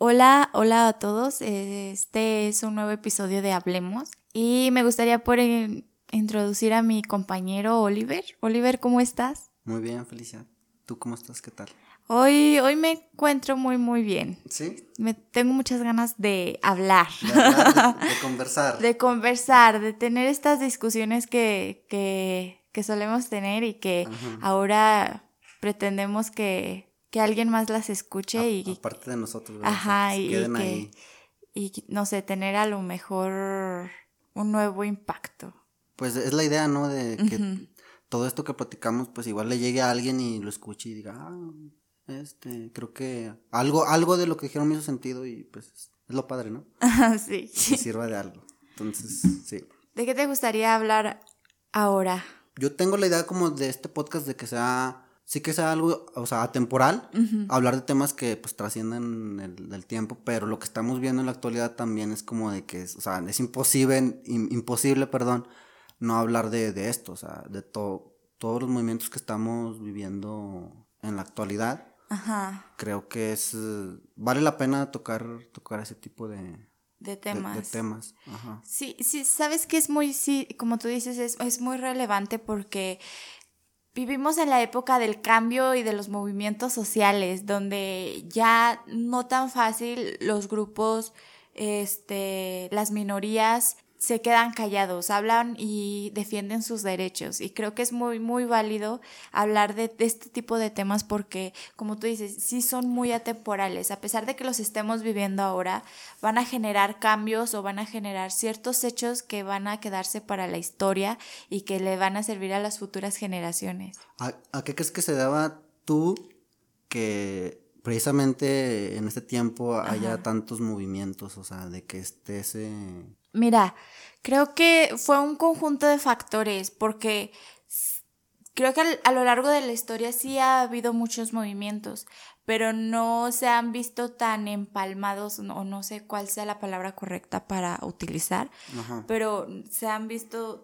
Hola, hola a todos. Este es un nuevo episodio de Hablemos y me gustaría introducir a mi compañero Oliver. Oliver, ¿cómo estás? Muy bien, Felicia. ¿Tú cómo estás? ¿Qué tal? Hoy me encuentro muy bien. ¿Sí? Tengo muchas ganas de hablar, De hablar, de conversar. de conversar, de tener estas discusiones que solemos tener y que Ajá. ahora pretendemos que alguien más las escuche Aparte de nosotros, ¿verdad? O sea, que ajá, se queden ahí. y no sé, tener a lo mejor un nuevo impacto. Pues es la idea, ¿no? De que Ujú. todo esto que platicamos, pues igual le llegue a alguien y lo escuche y diga, creo que algo de lo que dijeron me hizo sentido y pues es lo padre, ¿no? Sí. Que sirva de algo. Entonces, sí. ¿De qué te gustaría hablar ahora? Yo tengo la idea como de este podcast de que sí que sea algo, o sea, atemporal, Ujú. hablar de temas que pues trascienden el tiempo, pero lo que estamos viendo en la actualidad también es como de que, o sea, es imposible, perdón, no hablar de esto, o sea, de todos los movimientos que estamos viviendo en la actualidad. Ajá, Creo que vale la pena tocar ese tipo de de temas. temas. Ajá. Sí, sí, sabes que es muy, sí, como tú dices, es muy relevante porque vivimos en la época del cambio y de los movimientos sociales, donde ya no tan fácil los grupos, las minorías se quedan callados, hablan y defienden sus derechos. Y creo que es muy válido hablar de este tipo de temas porque, como tú dices, sí son muy atemporales. A pesar de que los estemos viviendo ahora, van a generar cambios o van a generar ciertos hechos que van a quedarse para la historia y que le van a servir a las futuras generaciones. ¿A qué crees que se daba tú que precisamente en este tiempo haya Ajá. tantos movimientos? O sea, de que esté ese... Mira, creo que fue un conjunto de factores porque creo que a lo largo de la historia sí ha habido muchos movimientos, pero no se han visto tan empalmados, o no sé cuál sea la palabra correcta para utilizar, Ajá, pero se han visto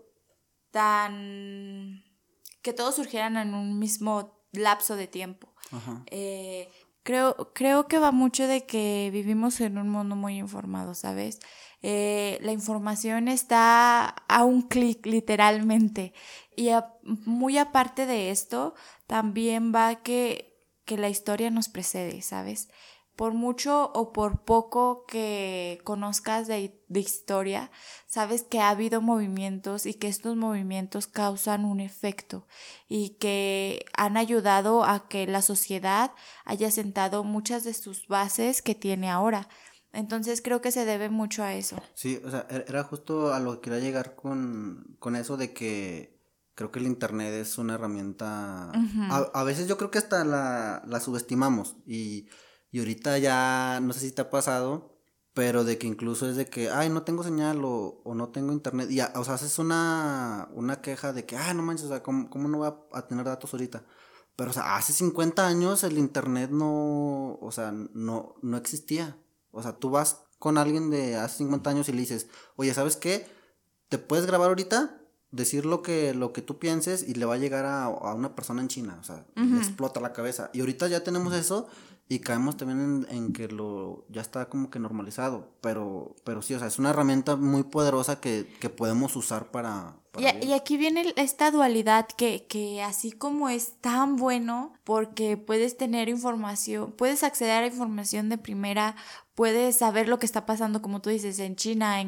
tan que todos surgieran en un mismo lapso de tiempo. ajá. Eh, creo que va mucho de que vivimos en un mundo muy informado, ¿sabes? La información está a un clic literalmente. Y muy aparte de esto, también va que la historia nos precede, ¿sabes? Por mucho o por poco que conozcas de historia, sabes que ha habido movimientos y que estos movimientos causan un efecto y que han ayudado a que la sociedad haya sentado muchas de sus bases que tiene ahora. Entonces creo que se debe mucho a eso. Sí, o sea, era justo a lo que quería llegar con eso de que creo que el internet es una herramienta... Ujú. A veces yo creo que hasta la subestimamos y ahorita ya, no sé si te ha pasado, pero de que incluso es de que, ay, no tengo señal o no tengo internet. Y, o sea, haces una queja de que, no manches, o sea, ¿cómo no voy a tener datos ahorita? Pero, o sea, hace 50 años el internet no, o sea, no existía. O sea, tú vas con alguien de hace 50 años y le dices, oye, ¿sabes qué? ¿Te puedes grabar ahorita? Decir lo que tú pienses y le va a llegar a una persona en China. O sea, le Ujú. explota la cabeza. Y ahorita ya tenemos eso y caemos también en que ya está como que normalizado. Pero sí, o sea, es una herramienta muy poderosa que podemos usar para Y bien. aquí viene esta dualidad que así como es tan bueno porque puedes tener información, puedes acceder a información de primera, puedes saber lo que está pasando, como tú dices, en China,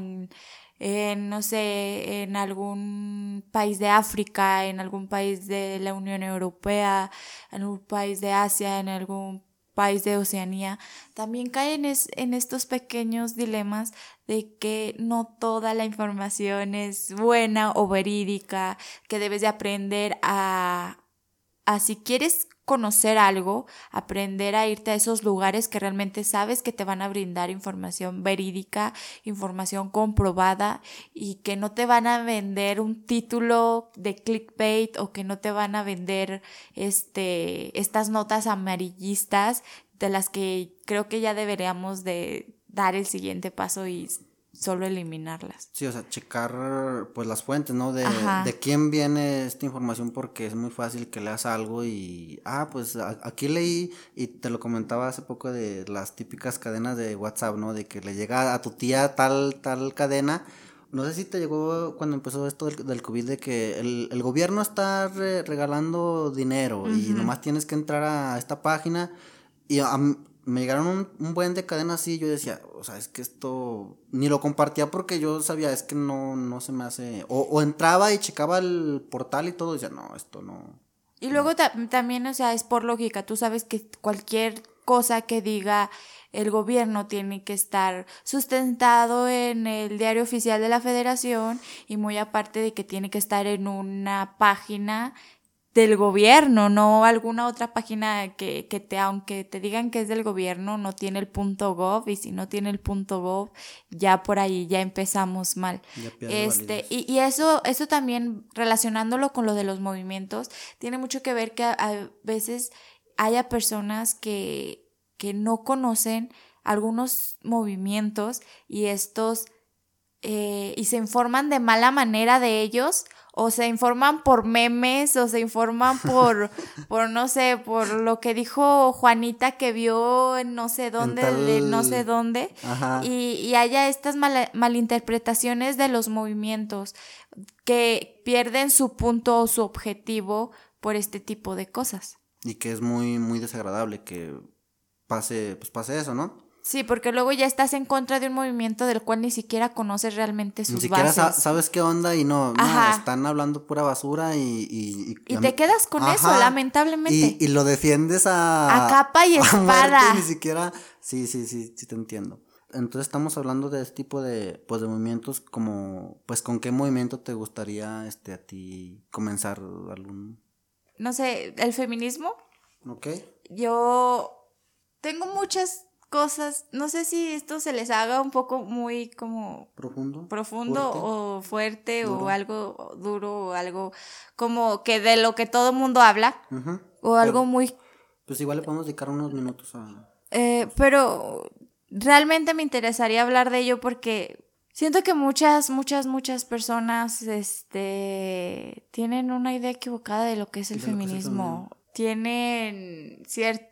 no sé, en algún país de África, en algún país de la Unión Europea, en algún país de Asia, en algún país de Oceanía, también caen en estos pequeños dilemas de que no toda la información es buena o verídica, que debes de aprender a si quieres conocer algo, aprender a irte a esos lugares que realmente sabes que te van a brindar información verídica, información comprobada y que no te van a vender un título de clickbait o que no te van a vender estas notas amarillistas de las que creo que ya deberíamos de dar el siguiente paso y solo eliminarlas. Sí, o sea, checar pues las fuentes, ¿no? Ajá. De quién viene esta información, porque es muy fácil que leas algo y, pues aquí leí, y te lo comentaba hace poco, de las típicas cadenas de WhatsApp, ¿no? De que le llega a tu tía tal cadena. No sé si te llegó cuando empezó esto del COVID, de que el gobierno está regalando dinero y Ujú. nomás tienes que entrar a esta página. Y me llegaron un buen de cadenas así, yo decía, o sea, es que esto ni lo compartía porque yo sabía, es que no se me hace, o entraba y checaba el portal y todo, y decía, no, esto no. Y luego también, o sea, es por lógica, tú sabes que cualquier cosa que diga el gobierno tiene que estar sustentado en el diario oficial de la Federación y muy aparte de que tiene que estar en una página del gobierno, no alguna otra página que aunque te digan que es del gobierno, no tiene el punto .gov, y si no tiene el punto .gov, ya por ahí ya empezamos mal. Ya pierde validez. Y eso también relacionándolo con lo de los movimientos, tiene mucho que ver que a veces haya personas que no conocen algunos movimientos y y se informan de mala manera de ellos, o se informan por memes, o se informan por no sé, por lo que dijo Juanita que vio en no sé En dónde, de no sé tal, dónde, ajá, y haya estas malinterpretaciones de los movimientos que pierden su punto o su objetivo por este tipo de cosas. y que es muy desagradable que pase eso, ¿no? Sí, porque luego ya estás en contra de un movimiento del cual ni siquiera conoces realmente Ni sus siquiera bases. sabes qué onda y no, Ajá. están hablando pura basura Y te quedas con eso, ajá, lamentablemente. y lo defiendes A capa y a muerte espada. y ni siquiera, sí te entiendo. Entonces estamos hablando de este tipo de, pues de movimientos como, pues con qué movimiento te gustaría, a ti comenzar algún, No sé, el feminismo. ¿ok? Yo tengo muchas cosas. No sé si esto se les haga un poco muy como Profundo, profundo fuerte, o fuerte o duro. algo duro o algo como que de lo que todo mundo habla. Ujú. O algo muy Pues igual le podemos dedicar unos minutos a... pero realmente me interesaría hablar de ello porque siento que muchas personas tienen una idea equivocada de lo que es el de lo que es el feminismo. feminismo. Tienen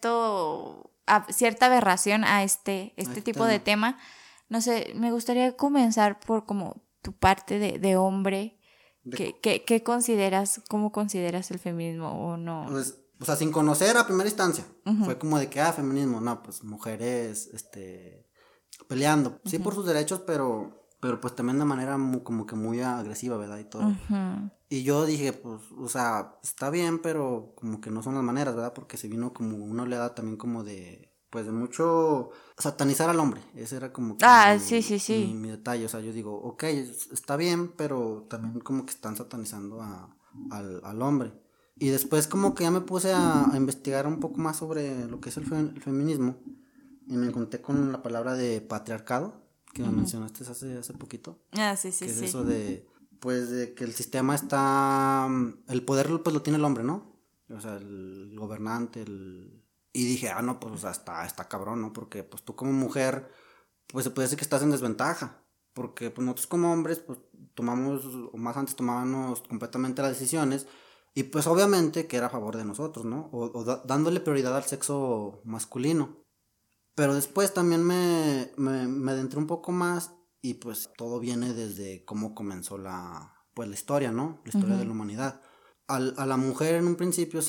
cierta aberración a este tipo de tema. No sé, me gustaría comenzar por como tu parte de hombre. De, ¿Qué consideras, cómo consideras el feminismo o no? pues, o sea, sin conocer a primera instancia. Fue como de que, feminismo, no, pues mujeres, peleando, sí por sus derechos, pero pues también de manera como que muy agresiva, ¿verdad? Y todo. Ujú. Y yo dije, pues, o sea, está bien, pero como que no son las maneras, ¿verdad? Porque se vino como una oleada también como de, pues de mucho satanizar al hombre. Ese era como que Ah, sí, sí, sí. mi detalle. O sea, yo digo, ok, está bien, pero también como que están satanizando al hombre. Y después como que ya me puse a investigar un poco más sobre lo que es el feminismo. Y me encontré con la palabra de patriarcado, que me mencionaste hace poquito. Ah, sí, sí, Que es sí. eso de, pues, de que el sistema está, el poder pues lo tiene el hombre, ¿no? O sea, el gobernante, y dije, no, pues, o sea, está cabrón, ¿no? Porque, pues, tú como mujer, pues, se puede decir que estás en desventaja. Porque, pues, nosotros como hombres, pues, tomamos, o más antes tomábamos completamente las decisiones. Y, pues, obviamente que era a favor de nosotros, ¿no? Dándole prioridad al sexo masculino. Pero después también me adentré un poco más y pues todo viene desde cómo comenzó pues la historia, ¿no? La historia de la humanidad. A la mujer en un principio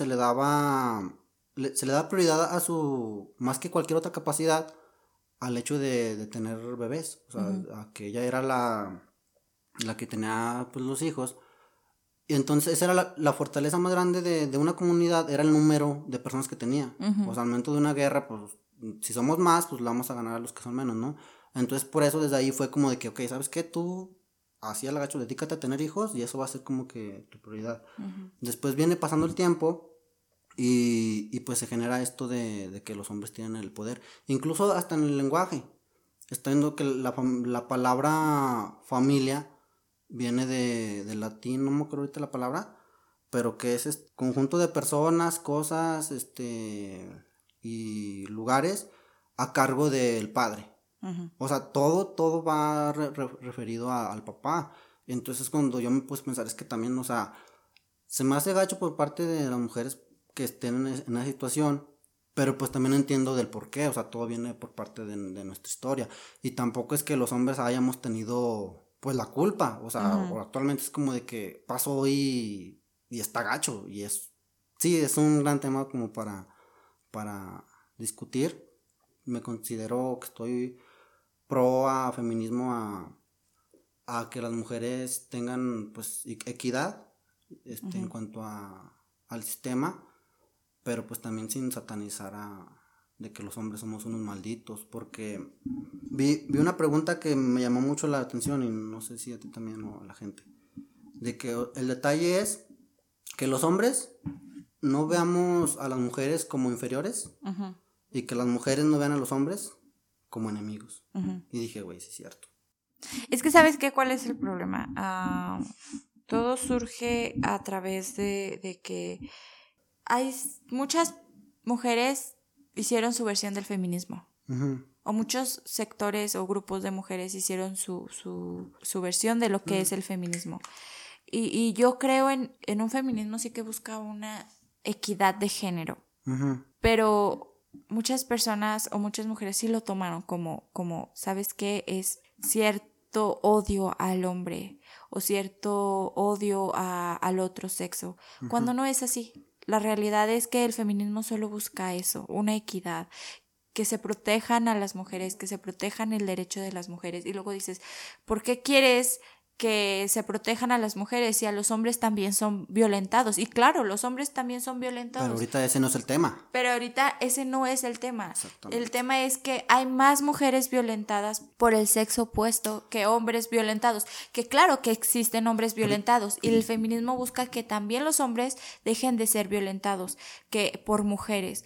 se le da prioridad a más que cualquier otra capacidad, al hecho de tener bebés. O sea, a que ella era la que tenía pues los hijos. Y entonces esa era la fortaleza más grande de una comunidad, era el número de personas que tenía. O sea, al momento de una guerra, pues si somos más, pues le vamos a ganar a los que son menos, ¿no? Entonces por eso desde ahí fue como de que, ok, ¿sabes qué? Tú, así al gacho, dedícate a tener hijos y eso va a ser como que tu prioridad. Después viene pasando el tiempo y pues se genera esto de que los hombres tienen el poder. Incluso hasta en el lenguaje. Está viendo que la palabra familia viene del latín, no me acuerdo ahorita la palabra, pero que es este conjunto de personas, cosas, y lugares a cargo del padre. O sea, todo va referido al papá. Entonces cuando yo me puse a pensar es que también, o sea, se me hace gacho por parte de las mujeres que estén en esa situación, pero pues también entiendo del por qué, o sea, todo viene por parte de nuestra historia. Y tampoco es que los hombres hayamos tenido pues la culpa, o sea, o actualmente es como de que pasó y está gacho, y sí, es un gran tema como para discutir. Me considero que estoy pro a feminismo, a que las mujeres tengan pues equidad en cuanto al sistema, pero pues también sin satanizar de que los hombres somos unos malditos, porque vi una pregunta que me llamó mucho la atención y no sé si a ti también o a la gente, de que el detalle es que los hombres no veamos a las mujeres como inferiores y que las mujeres no vean a los hombres como enemigos. Y dije, güey, sí es cierto. Es que, ¿sabes qué? ¿Cuál es el problema? Todo surge a través de que hay muchas mujeres hicieron su versión del feminismo. O muchos sectores o grupos de mujeres hicieron su versión de lo que es el feminismo. Y yo creo en un feminismo sí que busca una equidad de género. Pero muchas personas o muchas mujeres sí lo tomaron como ¿sabes qué? Es cierto odio al hombre o cierto odio al otro sexo, cuando no es así. La realidad es que el feminismo solo busca eso, una equidad, que se protejan a las mujeres, que se protejan el derecho de las mujeres. Y luego dices, ¿por qué quieres que se protejan a las mujeres si a los hombres también son violentados? Y claro, los hombres también son violentados. Pero ahorita ese no es el tema. Pero ahorita ese no es el tema. El tema es que hay más mujeres violentadas por el sexo opuesto que hombres violentados. Que claro que existen hombres violentados y el feminismo busca que también los hombres dejen de ser violentados que por mujeres.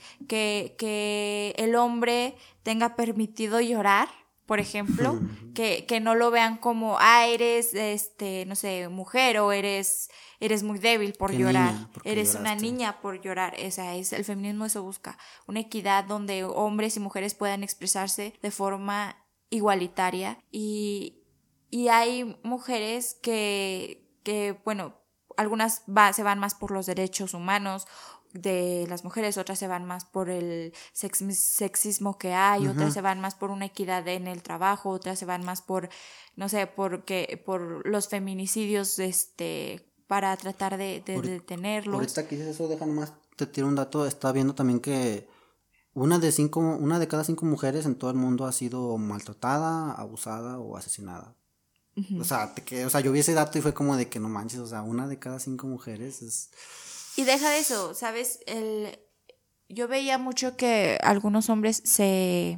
Que el hombre tenga permitido llorar, por ejemplo, que no lo vean como, eres, no sé, mujer o eres muy débil por llorar, eres una niña por llorar. O sea, el feminismo eso busca, una equidad donde hombres y mujeres puedan expresarse de forma igualitaria y hay mujeres que bueno, algunas se van más por los derechos humanos de las mujeres, otras se van más por el sexismo que hay, otras se van más por una equidad en el trabajo, otras se van más por, no sé, por los feminicidios, para tratar de detenerlos. Ahorita que dices eso, deja nomás, te tiro un dato, estaba viendo también que una de cada 5 mujeres en todo el mundo ha sido maltratada, abusada o asesinada. O sea, yo vi ese dato y fue como de que no manches, o sea, una de cada 5 mujeres es... Y deja de eso, ¿sabes? Yo veía mucho que algunos hombres se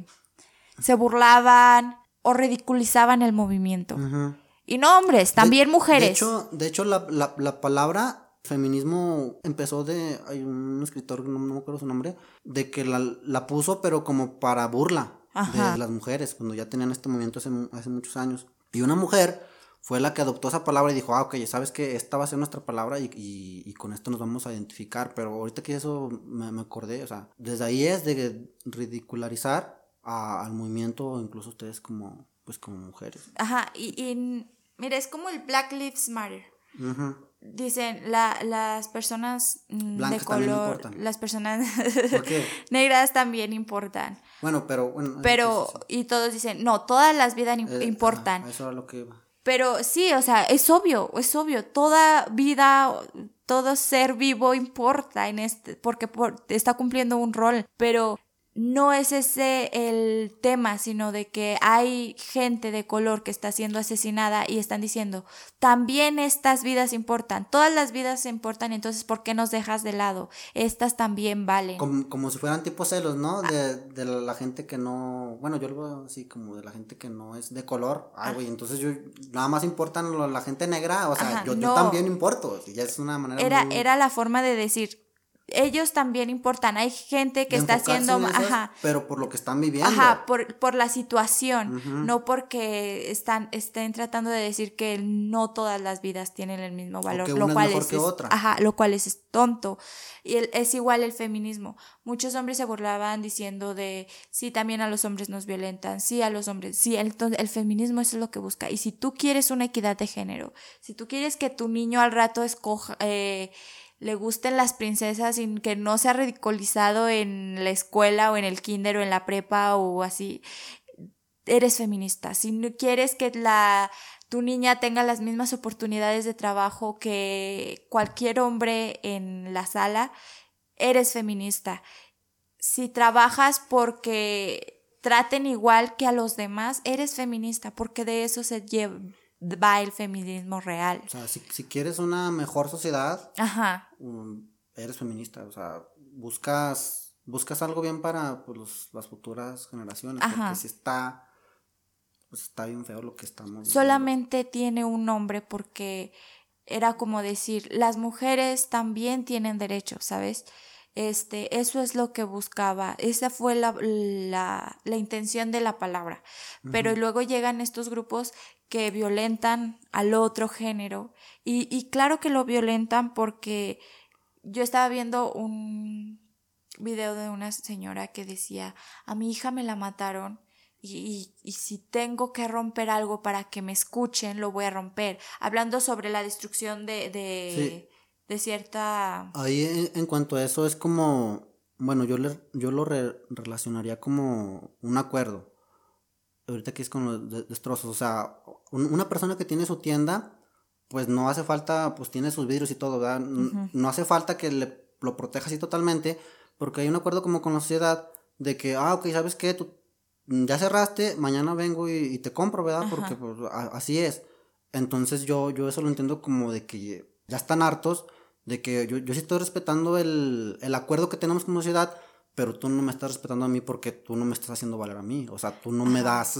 burlaban o ridiculizaban el movimiento. Y no hombres, también mujeres. De hecho la palabra feminismo empezó hay un escritor, no me acuerdo su nombre, de que la puso pero como para burla de las mujeres, cuando ya tenían este movimiento hace muchos años. Y una mujer fue la que adoptó esa palabra y dijo, ok, sabes que esta va a ser nuestra palabra y con esto nos vamos a identificar. Pero ahorita que eso me acordé, o sea, desde ahí es de ridicularizar al movimiento, incluso ustedes como mujeres. Y mira, es como el Black Lives Matter. Dicen, las personas blancas de color, las personas negras también importan. Bueno, pero... y todos dicen, no, todas las vidas importan. Eso era lo que iba. Pero sí, o sea, es obvio, toda vida, todo ser vivo importa porque está cumpliendo un rol, pero no es ese el tema, sino de que hay gente de color que está siendo asesinada y están diciendo, también estas vidas importan, todas las vidas importan, entonces ¿por qué nos dejas de lado? Estas también valen. Como si fueran tipo celos, ¿no? De la gente que no, bueno, yo lo veo así, como de la gente que no es de color. Güey, entonces nada más importan la gente negra, o sea, yo también importo, ya es una manera era la forma de decir, ellos también importan. Hay gente que de está enfocarse haciendo, en esas, ajá, pero por lo que están viviendo. ajá, por la situación, Ujú. no porque estén tratando de decir que no todas las vidas tienen el mismo O valor, que lo una es cual mejor que otra. ajá, lo cual es tonto. Y es igual el feminismo. Muchos hombres se burlaban diciendo de, sí, también a los hombres nos violentan, sí, a los hombres, sí, entonces el feminismo eso es lo que busca. Y si tú quieres una equidad de género, si tú quieres que tu niño al rato escoja, le gusten las princesas sin que no sea ridiculizado en la escuela o en el kinder o en la prepa o así, eres feminista. Si no quieres que tu niña tenga las mismas oportunidades de trabajo que cualquier hombre en la sala, eres feminista. Si trabajas porque traten igual que a los demás, eres feminista, porque de eso va el feminismo real. O sea, si quieres una mejor sociedad, Ajá. Eres feminista. O sea, buscas algo bien para pues, las futuras generaciones. Ajá. Porque si pues está bien feo lo que estamos viviendo. Solamente tiene un nombre porque era como decir, las mujeres también tienen derechos, ¿sabes? Eso es lo que buscaba, esa fue la intención de la palabra. Pero luego llegan estos grupos que violentan al otro género y claro que lo violentan porque yo estaba viendo un video de una señora que decía, a mi hija me la mataron y si tengo que romper algo para que me escuchen, lo voy a romper. Hablando sobre la destrucción Sí. de cierta... Ahí en cuanto a eso es como, bueno, yo lo relacionaría como un acuerdo. Ahorita que es con los destrozos, o sea, una persona que tiene su tienda, pues no hace falta, pues tiene sus vidrios y todo, ¿verdad? No hace falta que lo proteja así totalmente, porque hay un acuerdo como con la sociedad de que, ok, ¿sabes qué? Tú ya cerraste, mañana vengo y te compro, ¿verdad? Porque pues, así es. Entonces yo eso lo entiendo como de que ya están hartos, de que yo sí estoy respetando el acuerdo que tenemos como sociedad, pero tú no me estás respetando a mí porque tú no me estás haciendo valer a mí. O sea, tú no me das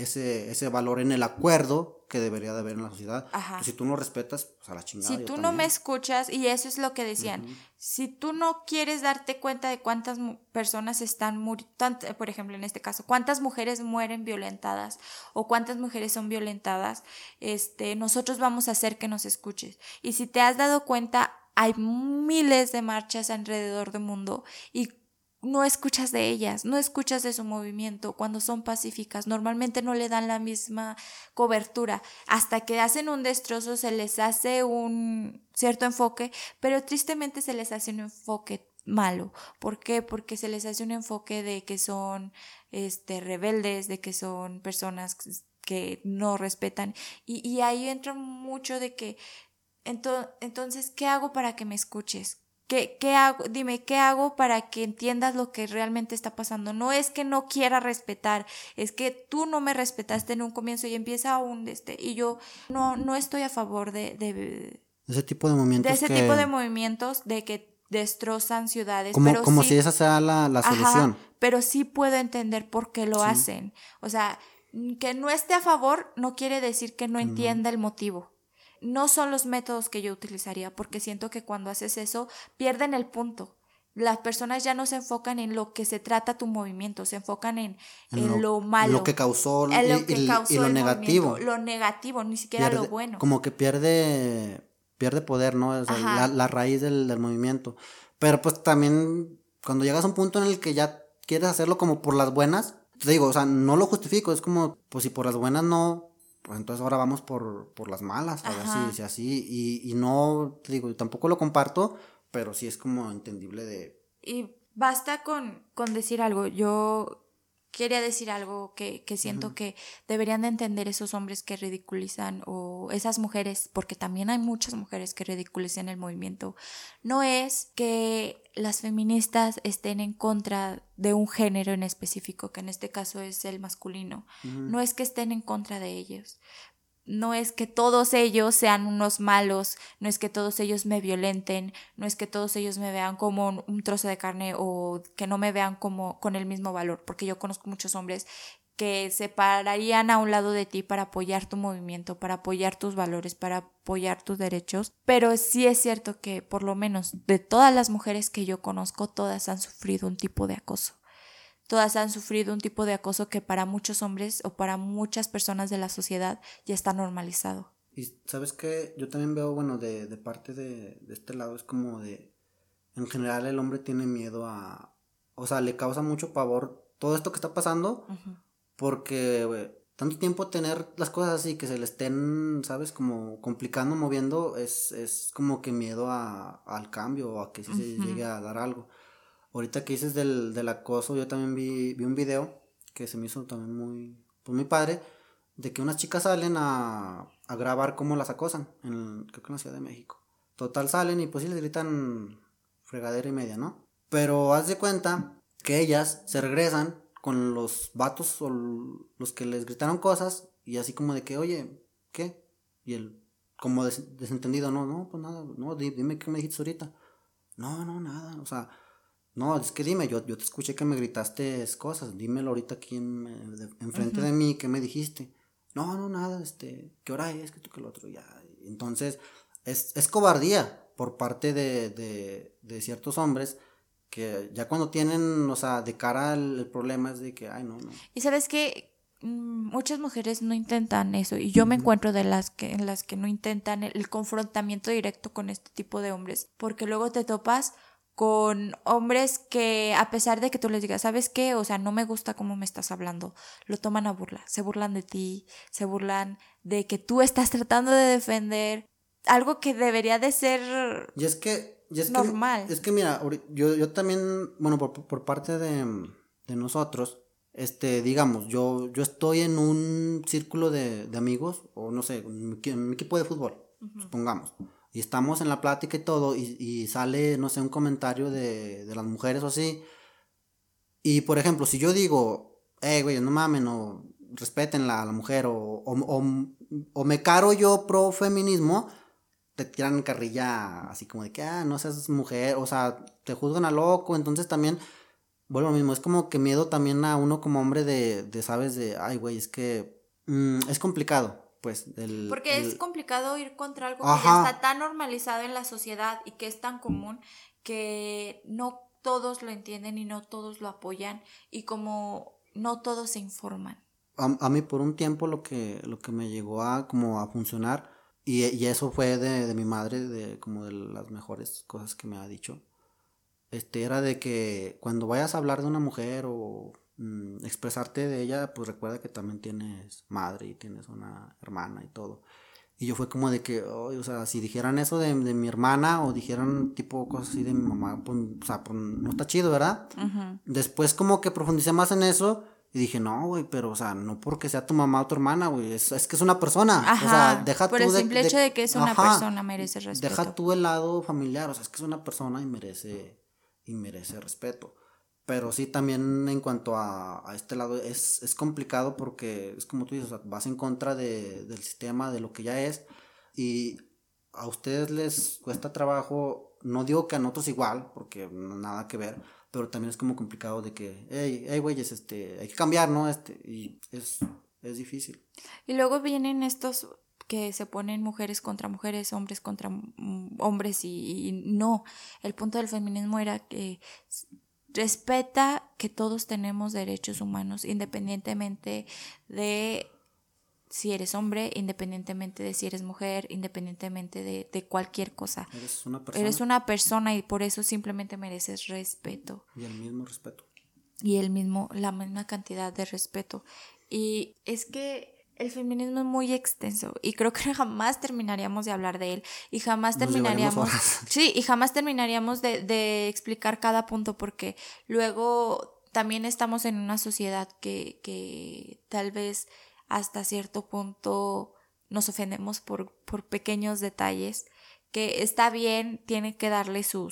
ese valor en el acuerdo que debería de haber en la sociedad. Ajá. Pues si tú no respetas, pues a la chingada. Si Yo tú no también. me escuchas, y eso es lo que decían, si tú no quieres darte cuenta de cuántas personas están muriendo, por ejemplo, en este caso, cuántas mujeres mueren violentadas o cuántas mujeres son violentadas, nosotros vamos a hacer que nos escuches. Y si te has dado cuenta, hay miles de marchas alrededor del mundo y no escuchas de ellas, no escuchas de su movimiento cuando son pacíficas. Normalmente no le dan la misma cobertura. Hasta que hacen un destrozo se les hace un cierto enfoque, pero tristemente se les hace un enfoque malo. ¿Por qué? Porque se les hace un enfoque de que son rebeldes, de que son personas que no respetan. Y ahí entra mucho de que entonces, ¿qué hago para que me escuches? ¿Qué hago? Dime, ¿qué hago para que entiendas lo que realmente está pasando? No es que no quiera respetar, es que tú no me respetaste en un comienzo y empieza y yo no estoy a favor de Ese tipo de movimientos ese tipo de movimientos de que destrozan ciudades, pero como sí, si esa sea la solución. ajá, pero sí puedo entender por qué lo hacen. O sea, que no esté a favor no quiere decir que no entienda el motivo. No son los métodos que yo utilizaría, porque siento que cuando haces eso pierden el punto. Las personas ya no se enfocan en lo que se trata tu movimiento, se enfocan en lo malo, lo que causó en lo que causó y lo el negativo. movimiento, lo negativo, ni siquiera lo bueno. Como que pierde poder, ¿no? O sea, Ajá. la raíz del movimiento. Pero pues también cuando llegas a un punto en el que ya quieres hacerlo como por las buenas, te digo, o sea, no lo justifico, es como, pues si por las buenas no, pues entonces ahora vamos por las malas, a ver si así, y no, te digo, tampoco lo comparto, pero sí es como entendible de... Y basta con decir algo. Yo quería decir algo que siento que deberían de entender esos hombres que ridiculizan o esas mujeres, porque también hay muchas mujeres que ridiculizan el movimiento. No es que las feministas estén en contra de un género en específico, que en este caso es el masculino. No es que estén en contra de ellos. no es que todos ellos sean unos malos, no es que todos ellos me violenten, no es que todos ellos me vean como un trozo de carne o que no me vean como con el mismo valor, porque yo conozco muchos hombres que se pararían a un lado de ti para apoyar tu movimiento, para apoyar tus valores, para apoyar tus derechos, pero sí es cierto que por lo menos de todas las mujeres que yo conozco, todas han sufrido un tipo de acoso. Todas han sufrido un tipo de acoso que para muchos hombres o para muchas personas de la sociedad ya está normalizado. Y sabes que yo también veo, bueno, de parte de este lado es como de, en general el hombre tiene miedo a, o sea, le causa mucho pavor todo esto que está pasando, porque tanto tiempo tener las cosas así que se le estén, sabes, como complicando, moviendo, es como que miedo al cambio o a que sí se llegue a dar algo. Ahorita que dices del acoso, yo también vi un video que se me hizo también muy padre, de que unas chicas salen a grabar cómo las acosan, creo que en la Ciudad de México. Total salen y pues sí les gritan fregadera y media, ¿no? Pero haz de cuenta que ellas se regresan con los vatos o los que les gritaron cosas y así como de que, oye, ¿qué? Y él como desentendido, no, pues nada, no, dime qué me dijiste ahorita. No, nada, o sea... No, es que dime, yo te escuché que me gritaste cosas, dímelo ahorita aquí enfrente de mí, ¿qué me dijiste? No, nada, ¿qué hora es? Que tú que el otro, ya. Entonces, es cobardía por parte de ciertos hombres que ya cuando tienen, o sea, de cara el problema es de que, ay, no. Y sabes que muchas mujeres no intentan eso y yo me encuentro en las que no intentan el confrontamiento directo con este tipo de hombres, porque luego te topas con hombres que a pesar de que tú les digas, ¿sabes qué? O sea, no me gusta cómo me estás hablando, lo toman a burla, se burlan de ti, se burlan de que tú estás tratando de defender algo que debería de ser normal. Es que mira, yo también, bueno, por parte de nosotros, digamos, yo estoy en un círculo de amigos, o no sé, en mi equipo de fútbol, supongamos. Y estamos en la plática y todo, y sale, no sé, un comentario de las mujeres o así. Y por ejemplo, si yo digo, güey, no mames, no, respétenla a la mujer, o me caro yo pro feminismo, te tiran carrilla así como de que, no seas mujer, o sea, te juzgan a loco, entonces también, vuelvo a lo mismo, es como que miedo también a uno como hombre sabes, ay, güey, es que es complicado. Pues porque es complicado ir contra algo Ajá. que ya está tan normalizado en la sociedad y que es tan común que no todos lo entienden y no todos lo apoyan y como no todos se informan. A mí por un tiempo lo que me llegó como a funcionar y eso fue de mi madre, como de las mejores cosas que me ha dicho, era de que cuando vayas a hablar de una mujer o expresarte de ella, pues recuerda que también tienes madre y tienes una hermana y todo. Y yo fue como de que, o sea, si dijeran eso de mi hermana o dijeran tipo cosas así de mi mamá, pues, o sea, pues no está chido, ¿verdad? Después como que profundicé más en eso y dije, no, güey, pero, o sea, no porque sea tu mamá o tu hermana, güey, es que es una persona. Ajá, o sea, deja por tú el simple hecho de que es una persona merece respeto. Deja tú el lado familiar, o sea, es que es una persona y merece respeto. Pero sí, también en cuanto a este lado es complicado porque es como tú dices, o sea, vas en contra del sistema, de lo que ya es, y a ustedes les cuesta trabajo, no digo que a nosotros igual, porque nada que ver, pero también es como complicado de que, hey, güeyes, hay que cambiar, ¿no? Y es difícil. Y luego vienen estos que se ponen mujeres contra mujeres, hombres contra hombres y no, el punto del feminismo era que respeta que todos tenemos derechos humanos independientemente de si eres hombre, independientemente de si eres mujer, independientemente de cualquier cosa. Eres una persona. Eres una persona y por eso simplemente mereces respeto. Y el mismo respeto. Y la misma cantidad de respeto. Y es que el feminismo es muy extenso y creo que jamás terminaríamos de hablar de él y jamás terminaríamos y jamás terminaríamos de explicar cada punto porque luego también estamos en una sociedad que tal vez hasta cierto punto nos ofendemos por pequeños detalles que está bien, tiene que darle su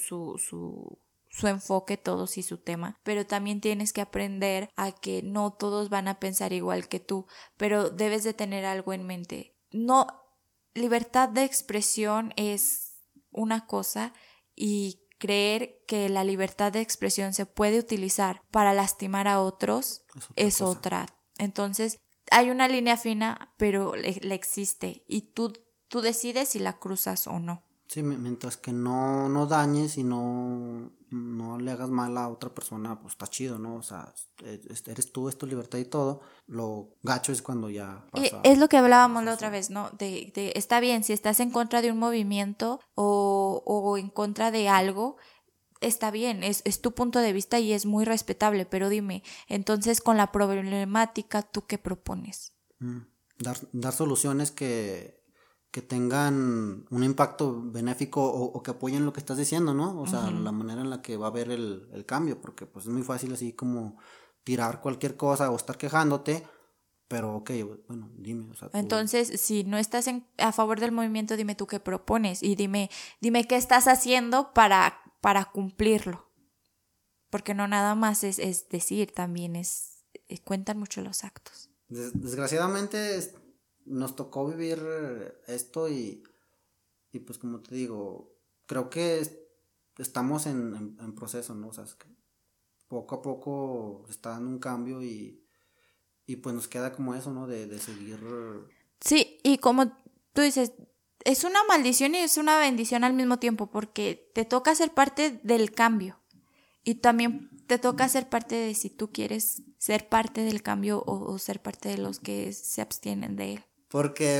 enfoque todos y su tema, pero también tienes que aprender a que no todos van a pensar igual que tú, pero debes de tener algo en mente. no, libertad de expresión es una cosa y creer que la libertad de expresión se puede utilizar para lastimar a otros es otra. Entonces, hay una línea fina, pero le existe y tú decides si la cruzas o no. Sí, mientras que no dañes y no le hagas mal a otra persona, pues está chido, ¿no? O sea, eres tú, es tu libertad y todo. Lo gacho es cuando ya pasa. Es lo que hablábamos la otra vez, ¿no? De está bien, si estás en contra de un movimiento o en contra de algo, está bien, es tu punto de vista y es muy respetable, pero dime, entonces con la problemática, ¿tú qué propones? Dar soluciones que tengan un impacto benéfico o que apoyen lo que estás diciendo, ¿no? O sea, la manera en la que va a haber el cambio, porque pues es muy fácil así como tirar cualquier cosa o estar quejándote, pero ok, bueno, dime, o sea, tú... Entonces, si no estás a favor del movimiento, dime tú qué propones y dime qué estás haciendo para cumplirlo, porque no nada más es decir, también cuentan mucho los actos. Desgraciadamente nos tocó vivir esto y pues como te digo, creo que estamos en proceso, ¿no? O sea, es que poco a poco se está dando un cambio y pues nos queda como eso, ¿no? De seguir... Sí, y como tú dices, es una maldición y es una bendición al mismo tiempo porque te toca ser parte del cambio y también te toca ser parte de si tú quieres ser parte del cambio o ser parte de los que se abstienen de él. Porque,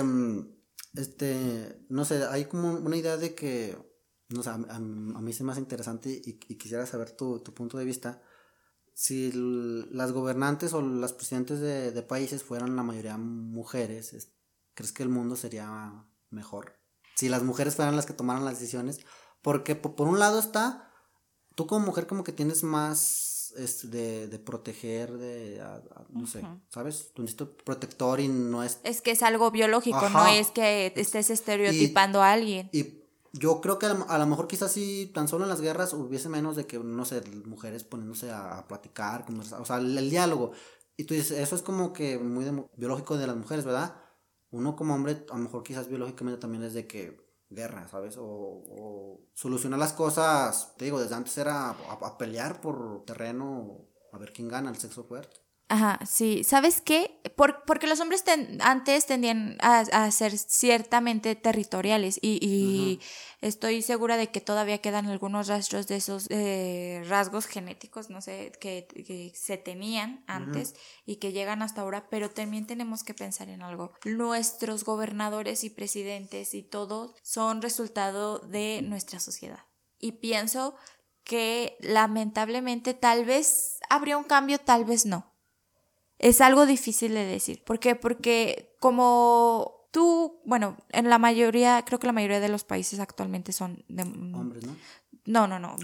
no sé, hay como una idea de que, no sé, a mí se me hace interesante y quisiera saber tu punto de vista. Si las gobernantes o las presidentes de países fueran la mayoría mujeres, ¿crees que el mundo sería mejor? Si las mujeres fueran las que tomaran las decisiones. Porque por un lado está, tú como mujer como que tienes más de proteger, no sé, ¿sabes? Tu instinto protector y no es... Es que es algo biológico, Ajá. No es que estés estereotipando a alguien. Y yo creo que a lo mejor quizás si tan solo en las guerras hubiese menos de que, no sé, mujeres poniéndose a platicar, conversar, o sea, el diálogo. Y tú dices, eso es como que muy biológico de las mujeres, ¿verdad? Uno como hombre, a lo mejor quizás biológicamente también es de que guerra, ¿sabes? O solucionar las cosas, te digo, desde antes era a pelear por terreno, a ver quién gana, el sexo fuerte. Ajá, sí. ¿Sabes qué? Porque los hombres antes tendían a ser ciertamente territoriales y estoy segura de que todavía quedan algunos rastros de esos rasgos genéticos, no sé, que se tenían antes y que llegan hasta ahora, pero también tenemos que pensar en algo. Nuestros gobernadores y presidentes y todo son resultado de nuestra sociedad. Y pienso que lamentablemente tal vez habría un cambio, tal vez no. Es algo difícil de decir. ¿Por qué? Porque como tú, bueno, en la mayoría, creo que la mayoría de los países actualmente son de hombres, ¿no? No,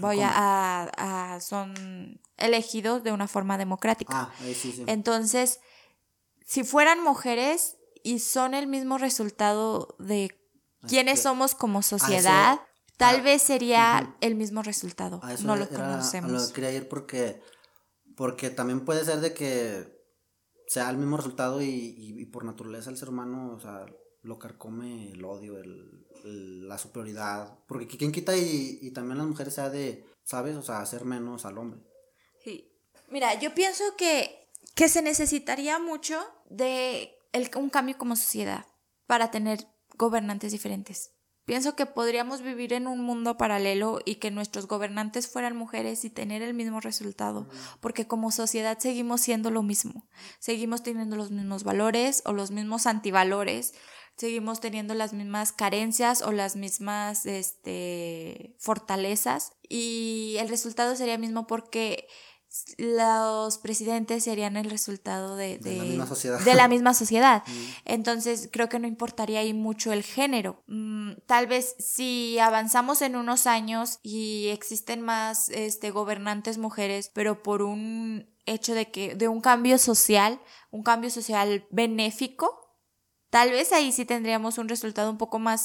son elegidos de una forma democrática. Sí. Entonces, si fueran mujeres y son el mismo resultado de quiénes somos como sociedad, tal vez sería el mismo resultado. No lo conocemos. A lo que quería ir porque también puede ser de que sea el mismo resultado y por naturaleza el ser humano, o sea, lo carcome el odio, la superioridad, porque quien quita y también las mujeres sea de, ¿sabes? O sea, hacer menos al hombre. Sí. Mira, yo pienso que se necesitaría mucho de un cambio como sociedad para tener gobernantes diferentes. Pienso que podríamos vivir en un mundo paralelo y que nuestros gobernantes fueran mujeres y tener el mismo resultado, porque como sociedad seguimos siendo lo mismo, seguimos teniendo los mismos valores o los mismos antivalores, seguimos teniendo las mismas carencias o las mismas fortalezas y el resultado sería el mismo porque los presidentes serían el resultado de la misma sociedad. De la misma sociedad. Entonces creo que no importaría ahí mucho el género. Tal vez si avanzamos en unos años y existen más gobernantes mujeres, pero por un hecho de un cambio social benéfico, tal vez ahí sí tendríamos un resultado un poco más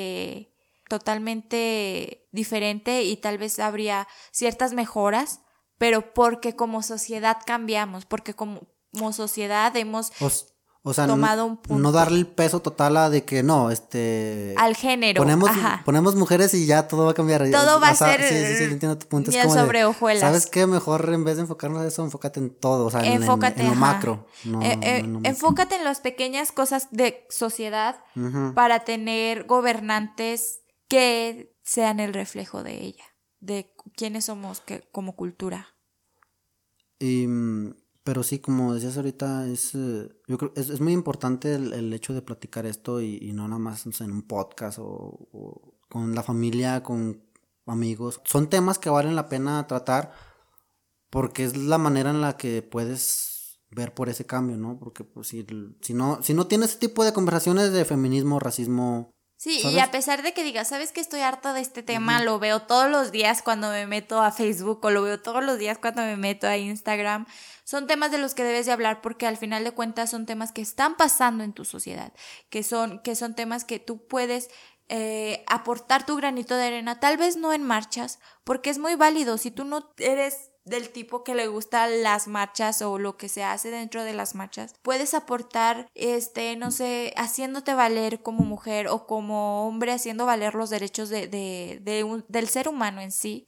totalmente diferente y tal vez habría ciertas mejoras, pero porque como sociedad cambiamos, porque como sociedad hemos... O sea, tomado un punto. No darle el peso total a de que no, al género. Ponemos mujeres y ya todo va a cambiar. Todo va a ser. Sí, entiendo tu punto. Miel sobre hojuelas. ¿Sabes qué? Mejor en vez de enfocarnos en eso, enfócate en todo, o sea, en lo macro. Enfócate en las pequeñas cosas de sociedad para tener gobernantes que sean el reflejo de ella, de quiénes somos como cultura. Pero sí, como decías ahorita, yo creo es muy importante el hecho de platicar esto y no nada más en un podcast o con la familia, con amigos. Son temas que valen la pena tratar porque es la manera en la que puedes ver por ese cambio, ¿no? Porque pues si no tienes ese tipo de conversaciones de feminismo, racismo... Sí, ¿sabes? Y a pesar de que digas, ¿sabes que estoy harta de este tema? Lo veo todos los días cuando me meto a Facebook o lo veo todos los días cuando me meto a Instagram. Son temas de los que debes de hablar porque al final de cuentas son temas que están pasando en tu sociedad, que son temas que tú puedes aportar tu granito de arena, tal vez no en marchas, porque es muy válido. Si tú no eres del tipo que le gustan las marchas o lo que se hace dentro de las marchas, puedes aportar, no sé, haciéndote valer como mujer o como hombre, haciendo valer los derechos del ser humano en sí,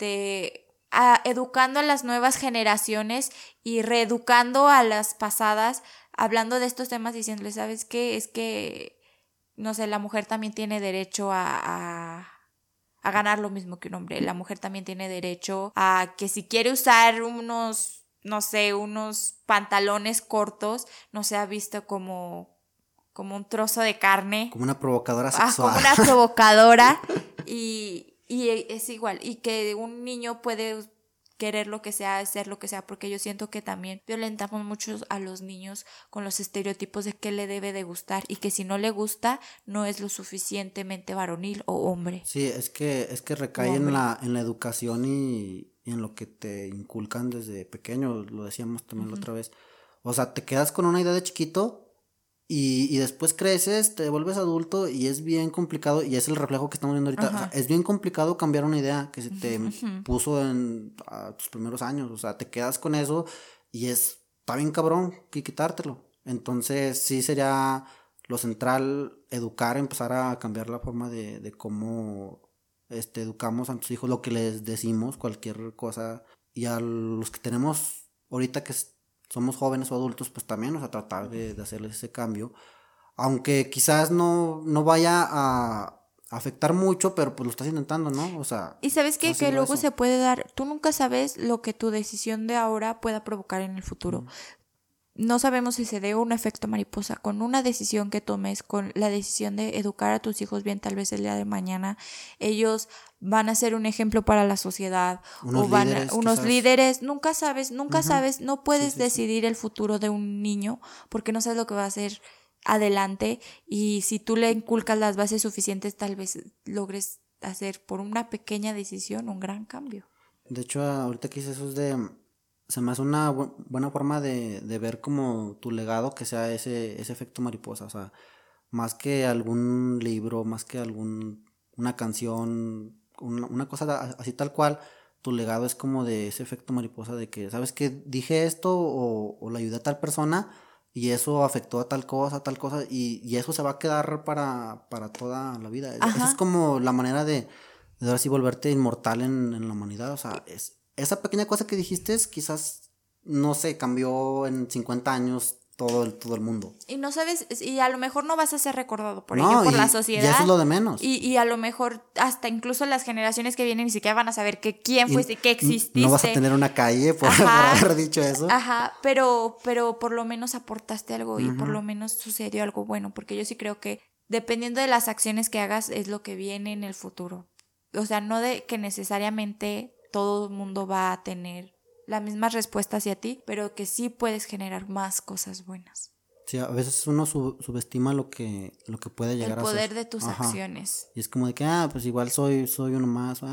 educando a las nuevas generaciones y reeducando a las pasadas, hablando de estos temas, diciéndoles, ¿sabes qué? Es que, no sé, la mujer también tiene derecho a ganar lo mismo que un hombre. La mujer también tiene derecho a que si quiere usar unos pantalones cortos, no sea visto como un trozo de carne. Como una provocadora sexual. Como una provocadora. y es igual. Y que un niño puede querer lo que sea, hacer lo que sea, porque yo siento que también violentamos mucho a los niños con los estereotipos de qué le debe de gustar y que si no le gusta no es lo suficientemente varonil o hombre. Sí, es que recae en la educación y en lo que te inculcan desde pequeño, lo decíamos también la otra vez. O sea, te quedas con una idea de chiquito y después creces, te vuelves adulto y es bien complicado, y es el reflejo que estamos viendo ahorita. O sea, es bien complicado cambiar una idea que se te puso a tus primeros años. O sea, te quedas con eso y está bien cabrón que quitártelo. Entonces sí sería lo central educar, empezar a cambiar la forma de cómo educamos a nuestros hijos, lo que les decimos, cualquier cosa. Y a los que tenemos ahorita que somos jóvenes o adultos, pues también, o sea, tratar de hacerles ese cambio. Aunque quizás no vaya a afectar mucho, pero pues lo estás intentando, ¿no? O sea... Y ¿sabes qué? Que luego se puede dar... Tú nunca sabes lo que tu decisión de ahora pueda provocar en el futuro. No sabemos si se dé un efecto mariposa con una decisión que tomes, con la decisión de educar a tus hijos bien, tal vez el día de mañana ellos van a ser un ejemplo para la sociedad, unos líderes, nunca sabes, no puedes decidir el futuro de un niño porque no sabes lo que va a hacer adelante, y si tú le inculcas las bases suficientes tal vez logres hacer por una pequeña decisión un gran cambio. De hecho, ahorita que hice eso se me hace una buena forma de ver como tu legado, que sea ese efecto mariposa. O sea, más que algún libro, más que una canción, una cosa así tal cual, tu legado es como de ese efecto mariposa de que, ¿sabes qué? Dije esto o le ayudé a tal persona y eso afectó a tal cosa, y eso se va a quedar para toda la vida. Eso es como la manera de ahora sí volverte inmortal en la humanidad. O sea, esa pequeña cosa que dijiste quizás, no sé, cambió en 50 años todo el mundo. Y no sabes, y a lo mejor no vas a ser recordado por ello, por la sociedad. Y eso es lo de menos. Y a lo mejor hasta incluso las generaciones que vienen ni siquiera van a saber quién fuiste, que exististe. No vas a tener una calle por haber dicho eso. Pero por lo menos aportaste algo y por lo menos sucedió algo bueno, porque yo sí creo que dependiendo de las acciones que hagas es lo que viene en el futuro. O sea, no de que necesariamente todo el mundo va a tener la misma respuesta hacia ti, pero que sí puedes generar más cosas buenas. Sí, a veces uno subestima lo que puede llegar a ser. El poder de tus acciones. Y es como de que, pues igual soy uno más.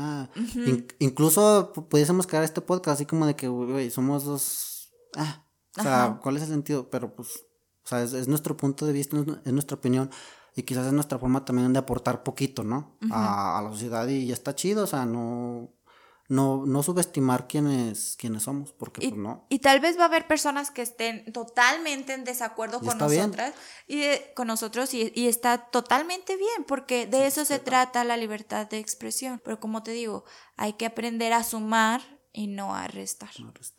Incluso pudiésemos crear este podcast así como de que, güey, somos dos. O sea, ¿cuál es el sentido? Pero pues, o sea, es nuestro punto de vista, es nuestra opinión. Y quizás es nuestra forma también de aportar poquito, ¿no? A la sociedad, y ya está chido. O sea, no no subestimar quiénes somos, porque pues no. Y tal vez va a haber personas que estén totalmente en desacuerdo con nosotras con nosotros y está totalmente bien, porque de eso se trata la libertad de expresión. Pero como te digo, hay que aprender a sumar y no a restar.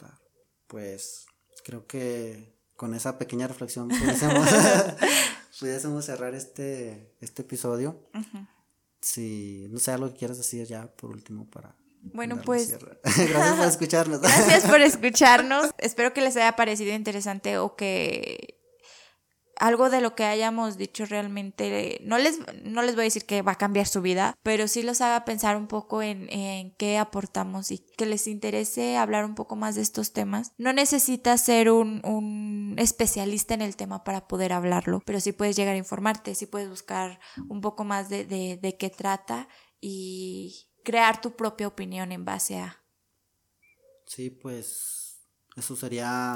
Pues creo que con esa pequeña reflexión pudiésemos cerrar este episodio. Uh-huh. Si no sé, algo que quieras decir ya por último para... Bueno, pues gracias por escucharnos. Gracias por escucharnos. Espero que les haya parecido interesante o que algo de lo que hayamos dicho realmente no les voy a decir que va a cambiar su vida, pero sí los haga pensar un poco en qué aportamos y que les interese hablar un poco más de estos temas. No necesitas ser un especialista en el tema para poder hablarlo, pero sí puedes llegar a informarte, sí puedes buscar un poco más de qué trata y crear tu propia opinión en base a... Sí, pues eso sería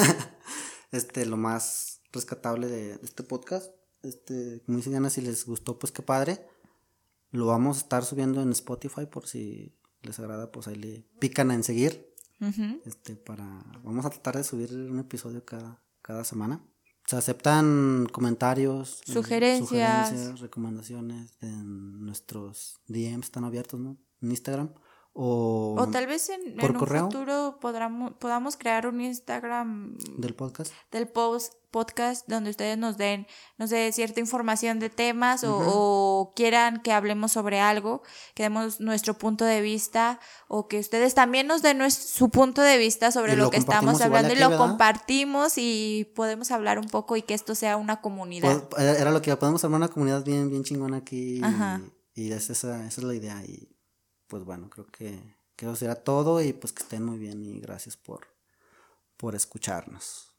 lo más rescatable de este podcast. Como dicen Diana, si les gustó, pues qué padre. Lo vamos a estar subiendo en Spotify por si les agrada, pues ahí le pican en seguir. Uh-huh. Vamos a tratar de subir un episodio cada semana. Se aceptan comentarios, sugerencias, recomendaciones en nuestros DMs están abiertos, ¿no? En Instagram. O tal vez en un futuro podamos crear un Instagram del podcast. Del podcast donde ustedes nos den, no sé, cierta información de temas uh-huh. o quieran que hablemos sobre algo, que demos nuestro punto de vista o que ustedes también nos den su punto de vista sobre lo que estamos hablando y lo compartimos y podemos hablar un poco y que esto sea una comunidad. Era lo que podemos armar una comunidad bien, bien chingona aquí y esa es la idea y pues bueno, creo que eso será todo y pues que estén muy bien y gracias por escucharnos.